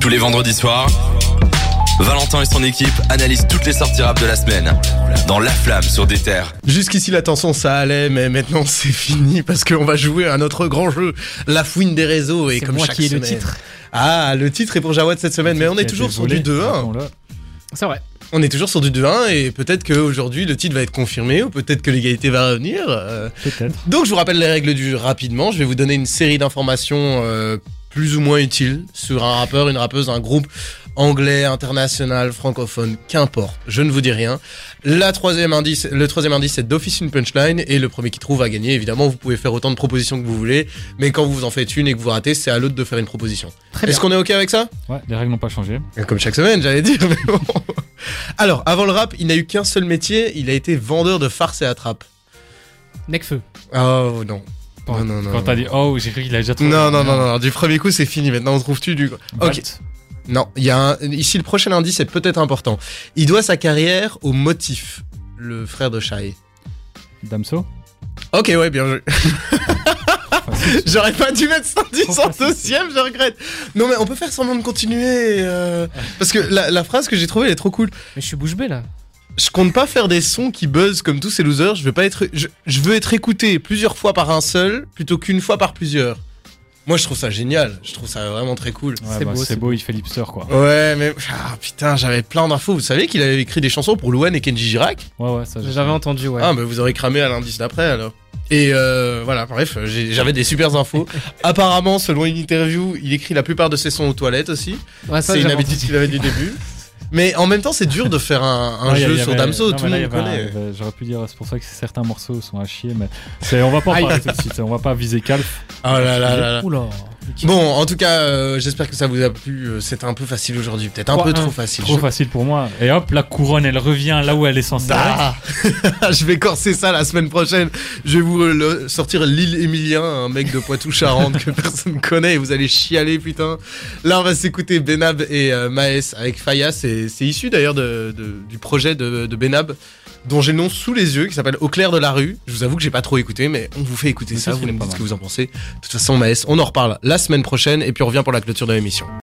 Tous les vendredis soirs, Valentin et son équipe analysent toutes les sorties rap de la semaine dans La Flamme sur des terres. Jusqu'ici la tension ça allait, mais maintenant c'est fini parce qu'on va jouer à notre grand jeu, la fouine des réseaux. Et c'est comme moi chaque qui ai semaine. le titre. Ah, le titre est pour Jawad cette semaine, mais on est toujours sur du 2-1. C'est vrai. On est toujours sur du 2-1 et peut-être qu'aujourd'hui le titre va être confirmé ou peut-être que l'égalité va revenir. Peut-être. Donc je vous rappelle les règles du jeu rapidement. Je vais vous donner une série d'informations plus ou moins utiles sur un rappeur, une rappeuse, un groupe anglais, international, francophone, qu'importe. Je ne vous dis rien. Le troisième indice, c'est d'office une punchline et le premier qui trouve va gagner. Évidemment, vous pouvez faire autant de propositions que vous voulez, mais quand vous en faites une et que vous ratez, c'est à l'autre de faire une proposition. Très bien. Est-ce qu'on est OK avec ça ? Ouais, les règles n'ont pas changé. Comme chaque semaine, j'allais dire, mais bon. Alors, avant le rap, il n'a eu qu'un seul métier, il a été vendeur de farce et attrape. Necfeu. Oh non. Quand, Non. quand t'as dit oh, j'ai cru qu'il a déjà trouvé. Non, du premier coup c'est fini, maintenant on trouve-tu du... Ok. Non, il y a ici le prochain indice est peut-être important. Il doit sa carrière au Motif, le frère de Shai. Damso. Ok, ouais, bien joué. J'aurais pas dû mettre cet indice en deuxième, je regrette. Non mais on peut faire semblant de continuer, parce que la phrase que j'ai trouvée elle est trop cool. Mais je suis bouche bée là. Je compte pas faire des sons qui buzzent comme tous ces losers, je veux être écouté plusieurs fois par un seul plutôt qu'une fois par plusieurs. Moi je trouve ça génial, je trouve ça vraiment très cool. Ouais, c'est beau, il fait l'hipster quoi. Ouais mais putain j'avais plein d'infos, vous savez qu'il avait écrit des chansons pour Louane et Kenji Girac ? Ouais, ça J'avais entendu, ouais. Ah bah vous aurez cramé à l'indice d'après alors. Et voilà, bref, j'avais des super infos. Apparemment, selon une interview, il écrit la plupart de ses sons aux toilettes aussi. Ouais, ça, c'est une j'avais habitude entendu. qu'il avait du début. Mais en même temps, c'est dur de faire un jeu sur Damso, tout le monde connaît. J'aurais pu dire, c'est pour ça que certains morceaux sont à chier, mais on va pas en parler tout de suite, on va pas viser Calf. Oh là là. Oula. Bon, en tout cas, j'espère que ça vous a plu. C'était un peu facile aujourd'hui, peut-être un peu trop facile. Trop facile pour moi. Et hop, la couronne, elle revient là où elle est censée être. Je vais corser ça la semaine prochaine. Je vais vous sortir l'île Émilien, un mec de Poitou-Charentes que personne connaît et vous allez chialer, putain. Là, on va s'écouter Benab et Maes avec Faya. C'est issu d'ailleurs du projet de Benab, dont j'ai le nom sous les yeux, qui s'appelle Au clair de la rue. Je vous avoue que j'ai pas trop écouté, mais on vous fait écouter ça. Vous me dites ce que vous en pensez. De toute façon, Maes, on en reparle la semaine prochaine et puis on revient pour la clôture de l'émission.